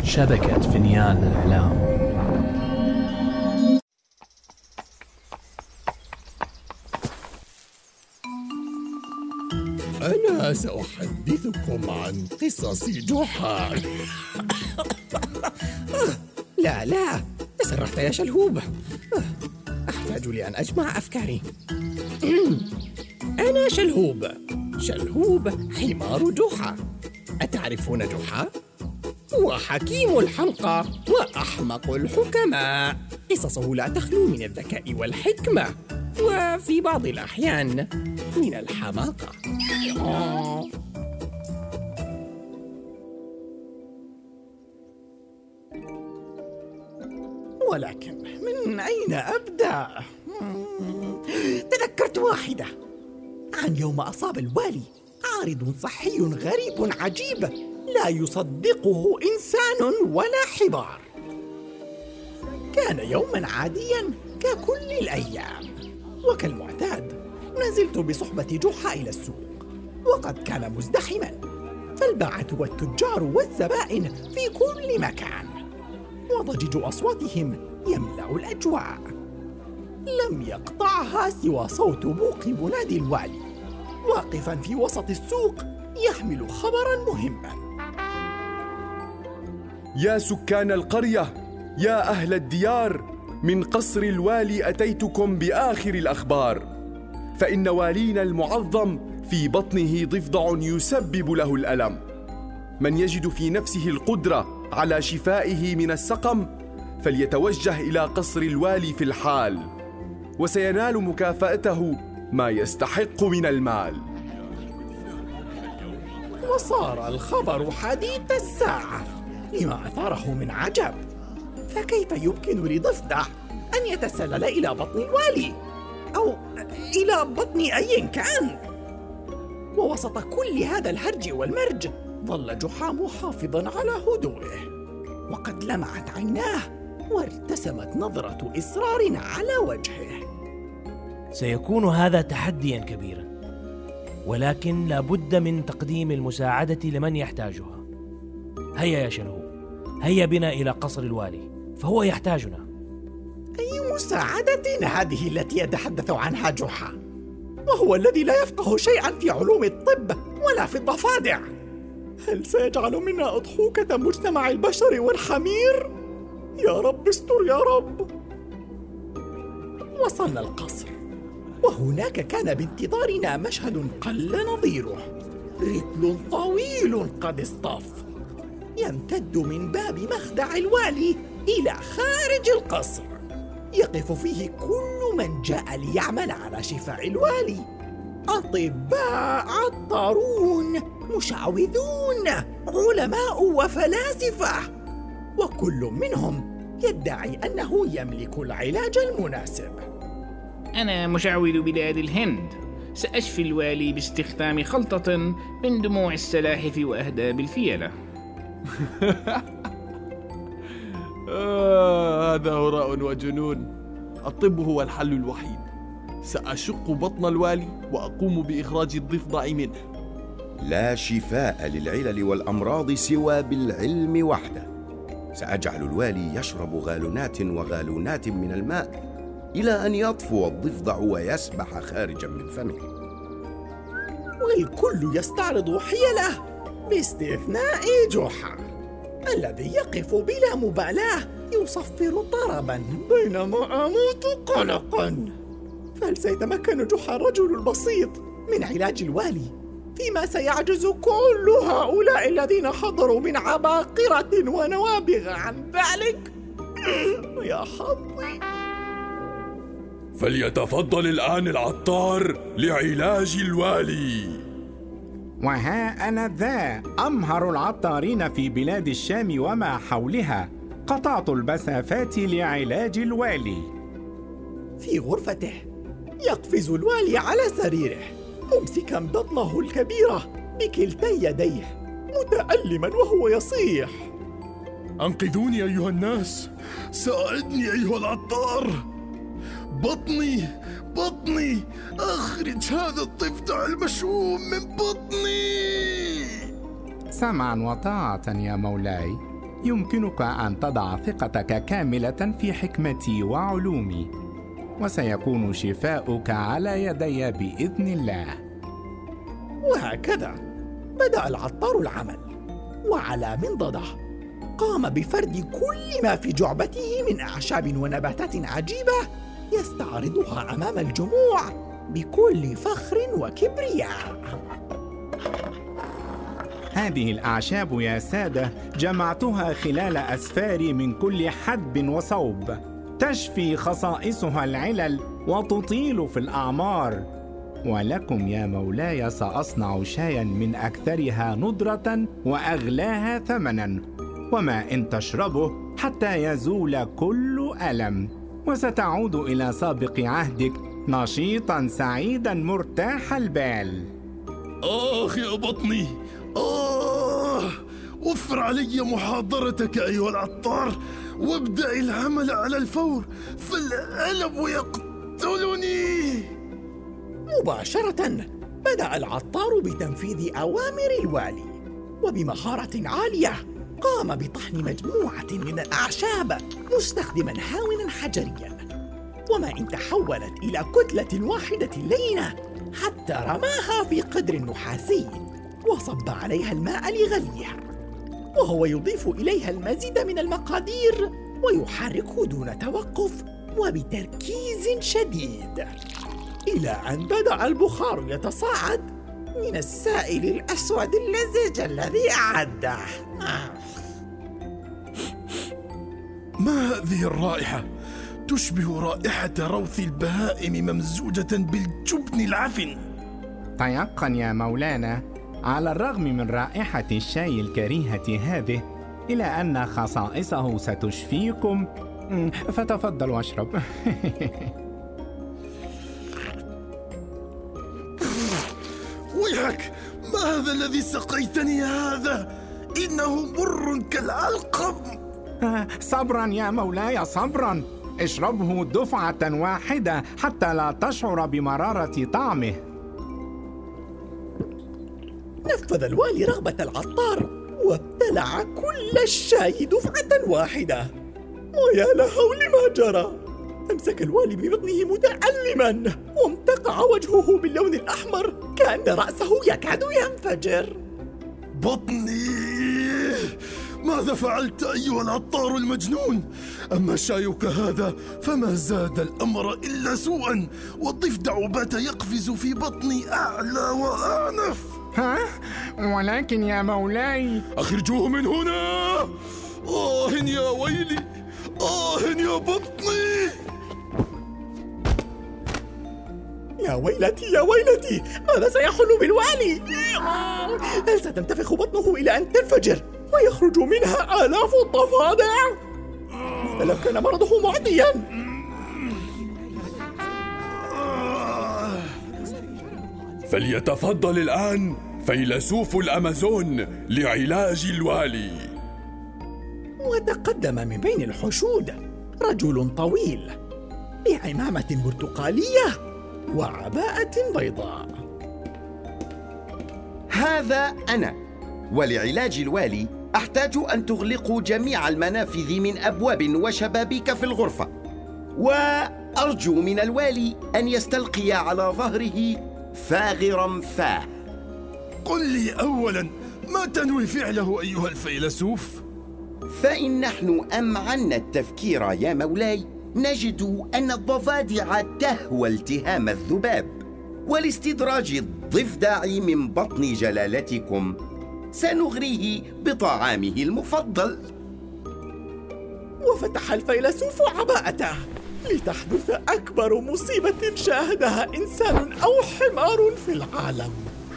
شبكة فينيان للإعلام. أنا سأحدثكم عن قصص جحا. لا تسرحت يا شلهوب. أحتاج لأن أجمع أفكاري. أنا شلهوب حمار جحا. أتعرفون جحا؟ هو حكيم الحمقى وأحمق الحكماء. قصصه لا تخلو من الذكاء والحكمة، وفي بعض الأحيان من الحماقة. ولكن من أين أبدأ؟ تذكرت واحدة عن يوم أصاب الوالي عارض صحي غريب عجيب لا يصدقه إنسان ولا حبار. كان يوما عاديا ككل الأيام، وكالمعتاد نزلت بصحبة جحا إلى السوق، وقد كان مزدحما، فالباعة والتجار والزبائن في كل مكان، وضجيج أصواتهم يملأ الأجواء. لم يقطعها سوى صوت بوق منادي الوالي واقفا في وسط السوق يحمل خبرا مهما. يا سكان القرية، يا أهل الديار، من قصر الوالي أتيتكم بآخر الأخبار، فإن والينا المعظم في بطنه ضفدع يسبب له الألم. من يجد في نفسه القدرة على شفائه من السقم فليتوجه إلى قصر الوالي في الحال، وسينال مكافأته ما يستحق من المال. وصار الخبر حديث الساعة لما أثاره من عجب. فكيف يمكن لضفدع أن يتسلل إلى بطن الوالي أو إلى بطن أي كان؟ ووسط كل هذا الهرج والمرج ظل جحا محافظا على هدوئه، وقد لمعت عيناه وارتسمت نظرة إصرار على وجهه. سيكون هذا تحديا كبيرا، ولكن لابد من تقديم المساعدة لمن يحتاجها. هيا يا شلهوب، هيا بنا إلى قصر الوالي، فهو يحتاجنا. أي مساعدة هذه التي يتحدث عنها جحا، وهو الذي لا يفقه شيئا في علوم الطب ولا في الضفادع؟ هل سيجعل منا أضحوكة مجتمع البشر والحمير؟ يا رب استر يا رب. وصلنا القصر، وهناك كان بانتظارنا مشهد قل نظيره. رتل طويل قد اصطف يمتد من باب مخدع الوالي إلى خارج القصر، يقف فيه كل من جاء ليعمل على شفاء الوالي: أطباء، عطارون، مشعوذون، علماء وفلاسفة، وكل منهم يدعي أنه يملك العلاج المناسب. أنا مشعوذ بلاد الهند، سأشفي الوالي باستخدام خلطة من دموع السلاحف وأهداب الفيلة. هذا هراء وجنون. الطب هو الحل الوحيد. سأشق بطن الوالي وأقوم بإخراج الضفدع منه. لا شفاء للعلل والأمراض سوى بالعلم وحده. سأجعل الوالي يشرب غالونات وغالونات من الماء إلى أن يطفو الضفدع ويسبح خارجا من فمه. والكل يستعرض حيله باستثناء جحا الذي يقف بلا مبالاة يصفر طربا بينما أموت قلقا. فهل سيتمكن جحا الرجل البسيط من علاج الوالي فيما سيعجز كل هؤلاء الذين حضروا من عباقرة ونوابغ عن ذلك؟ يا حظي. فليتفضل الآن العطار لعلاج الوالي. وها أنا ذا أمهر العطارين في بلاد الشام وما حولها، قطعت المسافات لعلاج الوالي. في غرفته يقفز الوالي على سريره ممسكا بطنه الكبيرة بكلتي يديه متألما وهو يصيح: أنقذوني أيها الناس، ساعدني أيها العطار، بطني، أخرج هذا الضفدع المشؤوم من بطني. سمعا وطاعة يا مولاي. يمكنك أن تضع ثقتك كاملة في حكمتي وعلومي، وسيكون شفاؤك على يدي بإذن الله. وهكذا بدأ العطار العمل، وعلى منضده قام بفرد كل ما في جعبته من أعشاب ونباتات عجيبة يستعرضها أمام الجموع بكل فخر وكبرياء. هذه الأعشاب يا سادة جمعتها خلال أسفاري من كل حدب وصوب، تشفي خصائصها العلل وتطيل في الأعمار. ولكم يا مولاي سأصنع شايا من أكثرها ندرة وأغلاها ثمنا، وما إن تشربه حتى يزول كل ألم، وستعود إلى سابق عهدك نشيطا سعيدا مرتاح البال. آخ يا بطني، وفر علي محاضرتك أيها العطار، وابدأ العمل على الفور، فالألم يقتلني. مباشرة بدأ العطار بتنفيذ أوامر الوالي، وبمهارة عالية قام بطحن مجموعة من الأعشاب مستخدما هاونا حجريا، وما إن تحولت إلى كتلة واحدة لينة حتى رماها في قدر نحاسي وصب عليها الماء لغليها، وهو يضيف إليها المزيد من المقادير ويحركه دون توقف وبتركيز شديد، إلى أن بدأ البخار يتصاعد من السائل الأسود اللزج الذي أعده. ما هذه الرائحة؟ تشبه رائحة روث البهائم ممزوجة بالجبن العفن. تيقن يا مولانا، على الرغم من رائحة الشاي الكريهة هذه، إلى أن خصائصه ستشفيكم، فتفضل واشرب. ويحك، ما هذا الذي سقيتني هذا؟ إنه مر كالعلقم. صبرا يا مولاي صبرا، اشربه دفعة واحدة حتى لا تشعر بمرارة طعمه. نفذ الوالي رغبة العطار وابتلع كل الشاي دفعة واحدة، ويا لهول ما جرى. أمسك الوالي ببطنه متألما، وامتقع وجهه باللون الأحمر كأن رأسه يكاد ينفجر. بطني، ماذا فعلت أيها العطار المجنون؟ أما شايك هذا فما زاد الأمر إلا سوءا، والضفدع بات يقفز في بطني أعلى وأعنف. ها؟ ولكن يا مولاي، أخرجوه من هنا! آه يا ويلي، آه يا بطني! يا ويلتي يا ويلتي، ماذا سيحل بالوالي؟ هل ستنتفخ بطنه إلى أن تنفجر ويخرج منها آلاف الضفادع؟ ماذا لو كان مرضه معديا؟ فليتفضل الآن فيلسوف الأمازون لعلاج الوالي. وتقدم من بين الحشود رجل طويل بعمامة برتقالية وعباءة بيضاء. هذا أنا، ولعلاج الوالي أحتاج أن تغلقوا جميع المنافذ من أبواب وشبابيك في الغرفة، وأرجو من الوالي أن يستلقي على ظهره فاغرا فاه. قل لي أولا، ما تنوي فعله أيها الفيلسوف؟ فإن نحن أمعنا التفكير يا مولاي، نجد أن الضفادع تهوى التهام الذباب، ولاستدراج الضفدع من بطن جلالتكم سنغريه بطعامه المفضل. وفتح الفيلسوف عباءته لتحدث أكبر مصيبة شاهدها إنسان أو حمار في العالم.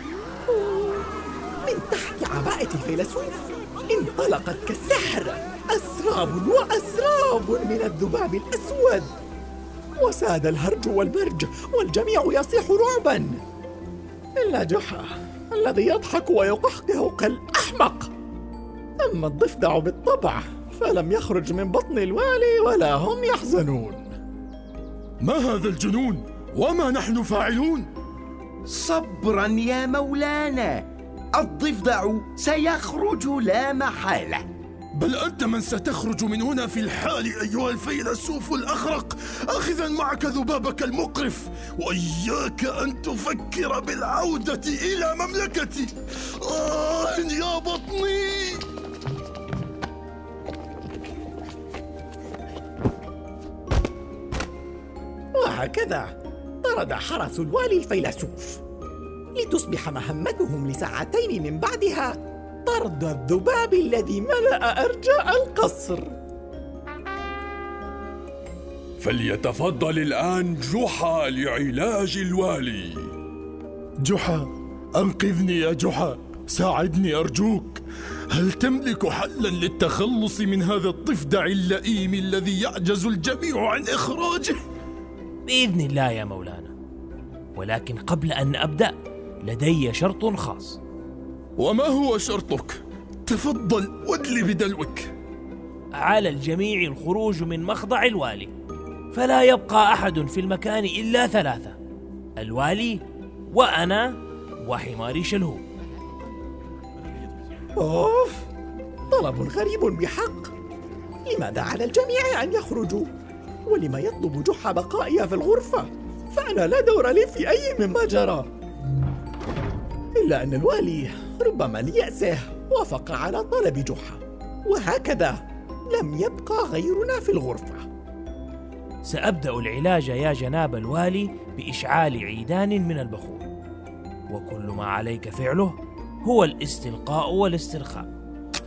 من تحت عباءة الفيلسوف انطلقت كالسحر أسراب وأسراب من الذباب الأسود، وساد الهرج والمرج والجميع يصيح رعبا إلا جحا الذي يضحك ويقهقه كالأحمق. أما الضفدع بالطبع فلم يخرج من بطن الوالي ولا هم يحزنون. ما هذا الجنون؟ وما نحن فاعلون؟ صبرا يا مولانا، الضفدع سيخرج لا محالة، بل أنت من ستخرج من هنا في الحال أيها الفيلسوف الأخرق، آخذا معك ذبابك المقرف، وإياك أن تفكر بالعودة إلى مملكتي. يا بطني. وهكذا طرد حرس الوالي الفيلسوف، لتصبح مهمتهم لساعتين من بعدها طرد الذباب الذي ملأ أرجاء القصر. فليتفضل الآن جحا لعلاج الوالي. جحا، أنقذني يا جحا، ساعدني أرجوك. هل تملك حلا للتخلص من هذا الضفدع اللئيم الذي يعجز الجميع عن إخراجه؟ بإذن الله يا مولانا، ولكن قبل أن أبدأ لدي شرط خاص. وما هو شرطك؟ تفضل وادلي بدلوك. على الجميع الخروج من مخضع الوالي، فلا يبقى أحد في المكان إلا 3: الوالي وأنا وحماري شلهوب. أوف، طلب غريب بحق. لماذا على الجميع أن يخرجوا؟ ولما يطلب جحا بقائي في الغرفة؟ فأنا لا دور لي في أي مما جرى. إلا أن الوالي ربما ليأسه وافق على طلب جحا، وهكذا لم يبقى غيرنا في الغرفة. سأبدأ العلاج يا جناب الوالي بإشعال عيدان من البخور، وكل ما عليك فعله هو الاستلقاء والاسترخاء.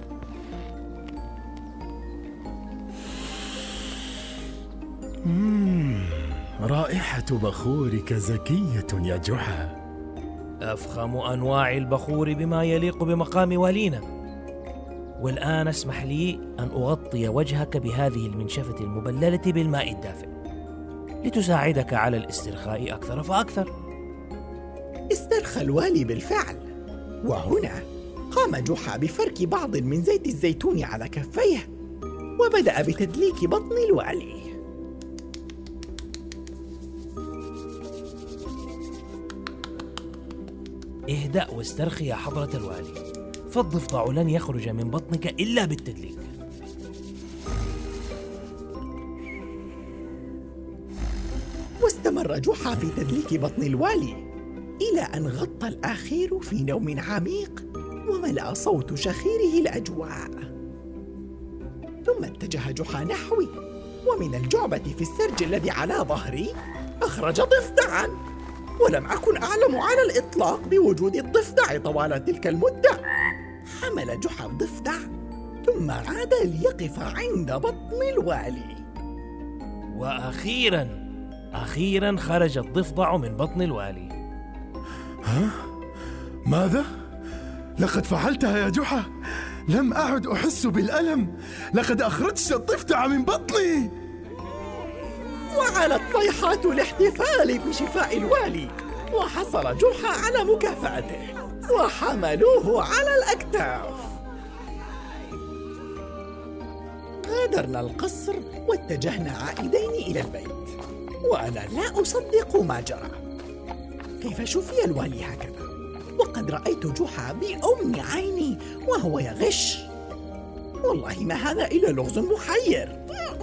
رائحة بخورك زكية يا جحا. أفخم أنواع البخور بما يليق بمقام والينا. والآن اسمح لي أن أغطي وجهك بهذه المنشفة المبللة بالماء الدافئ لتساعدك على الاسترخاء أكثر فأكثر. استرخى الوالي بالفعل، وهنا قام جحا بفرك بعض من زيت الزيتون على كفيه، وبدأ بتدليك بطن الوالي. اهدأ واسترخي يا حضرة الوالي، فالضفدع لن يخرج من بطنك إلا بالتدليك. واستمر جحا في تدليك بطن الوالي إلى أن غطى الآخر في نوم عميق، وملأ صوت شخيره الأجواء. ثم اتجه جحا نحوي، ومن الجعبة في السرج الذي على ظهري أخرج ضفدعاً، ولم أكن أعلم على الإطلاق بوجود الضفدع طوال تلك المدة. حمل جحا الضفدع ثم عاد ليقف عند بطن الوالي. وأخيراً خرج الضفدع من بطن الوالي. ها؟ ماذا؟ لقد فعلتها يا جحا، لم أعد أحس بالألم، لقد أخرجت الضفدع من بطني. وعلت صيحات الاحتفال بشفاء الوالي، وحصل جحا على مكافأته، وحملوه على الأكتاف. غادرنا القصر واتجهنا عائدين إلى البيت، وأنا لا أصدق ما جرى. كيف شفي الوالي هكذا وقد رأيت جحا بأم عيني وهو يغش؟ والله ما هذا إلا لغز محير.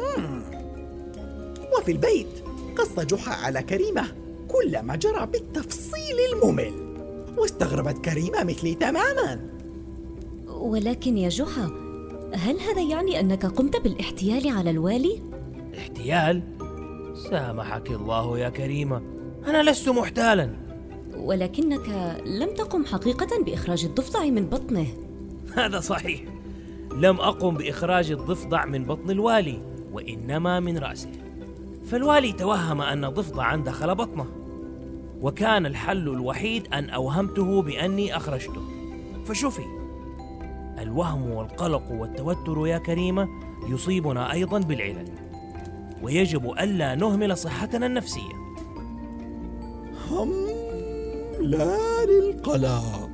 وفي البيت قص جحا على كريمة كل ما جرى بالتفصيل الممل، واستغربت كريمة مثلي تماما. ولكن يا جحا، هل هذا يعني أنك قمت بالاحتيال على الوالي؟ احتيال؟ سامحك الله يا كريمة، أنا لست محتالا. ولكنك لم تقم حقيقة بإخراج الضفدع من بطنه. هذا صحيح، لم أقم بإخراج الضفدع من بطن الوالي، وإنما من رأسه. فالوالي توهم أن ضفدعا دخل بطنه، وكان الحل الوحيد أن أوهمته بأني أخرجته فشفي. الوهم والقلق والتوتر يا كريمة يصيبنا أيضا بالعلل، ويجب ألا نهمل صحتنا النفسية. لا للقلق،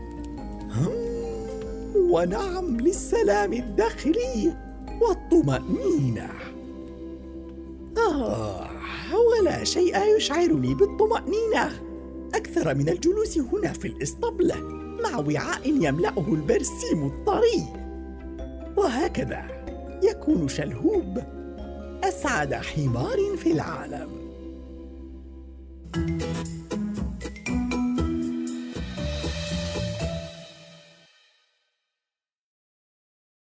ونعم للسلام الداخلي والطمأنينة. ولا شيء يشعرني بالطمأنينة أكثر من الجلوس هنا في الإسطبل مع وعاء يملأه البرسيم الطري، وهكذا يكون شلهوب أسعد حمار في العالم.